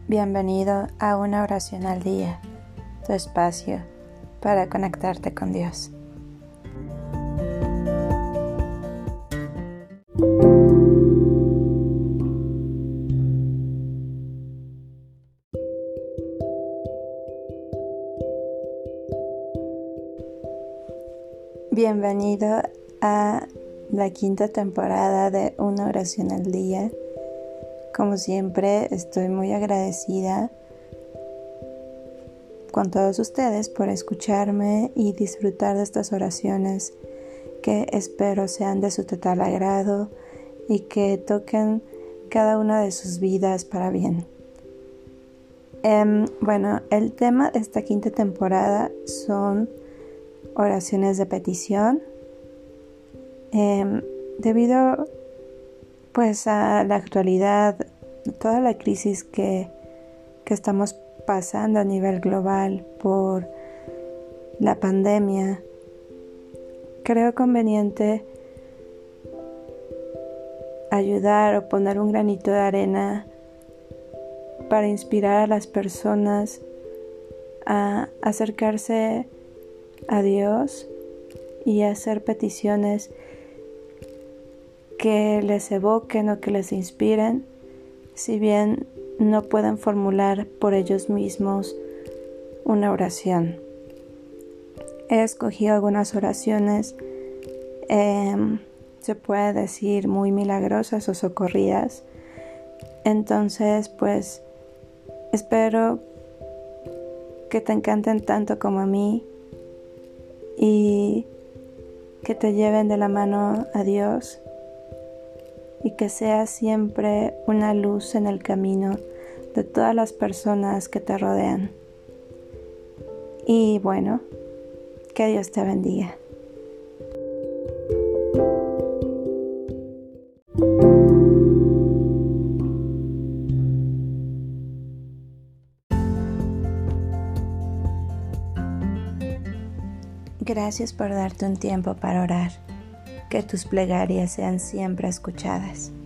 Bienvenido a una oración al día, tu espacio para conectarte con Dios. Bienvenido a la 5ª temporada de Una oración al día. Como siempre, estoy muy agradecida con todos ustedes por escucharme y disfrutar de estas oraciones que espero sean de su total agrado y que toquen cada una de sus vidas para bien. El tema de esta 5ª temporada son oraciones de petición. Debido pues a la actualidad, toda la crisis que estamos pasando a nivel global por la pandemia, creo conveniente ayudar o poner un granito de arena para inspirar a las personas a acercarse a Dios y hacer peticiones que les evoquen o que les inspiren, si bien no pueden formular por ellos mismos una oración. He escogido algunas oraciones, se puede decir muy milagrosas o socorridas. Entonces, pues, espero que te encanten tanto como a mí y que te lleven de la mano a Dios y que sea siempre una luz en el camino de todas las personas que te rodean. Y bueno, que Dios te bendiga. Gracias por darte un tiempo para orar. Que tus plegarias sean siempre escuchadas.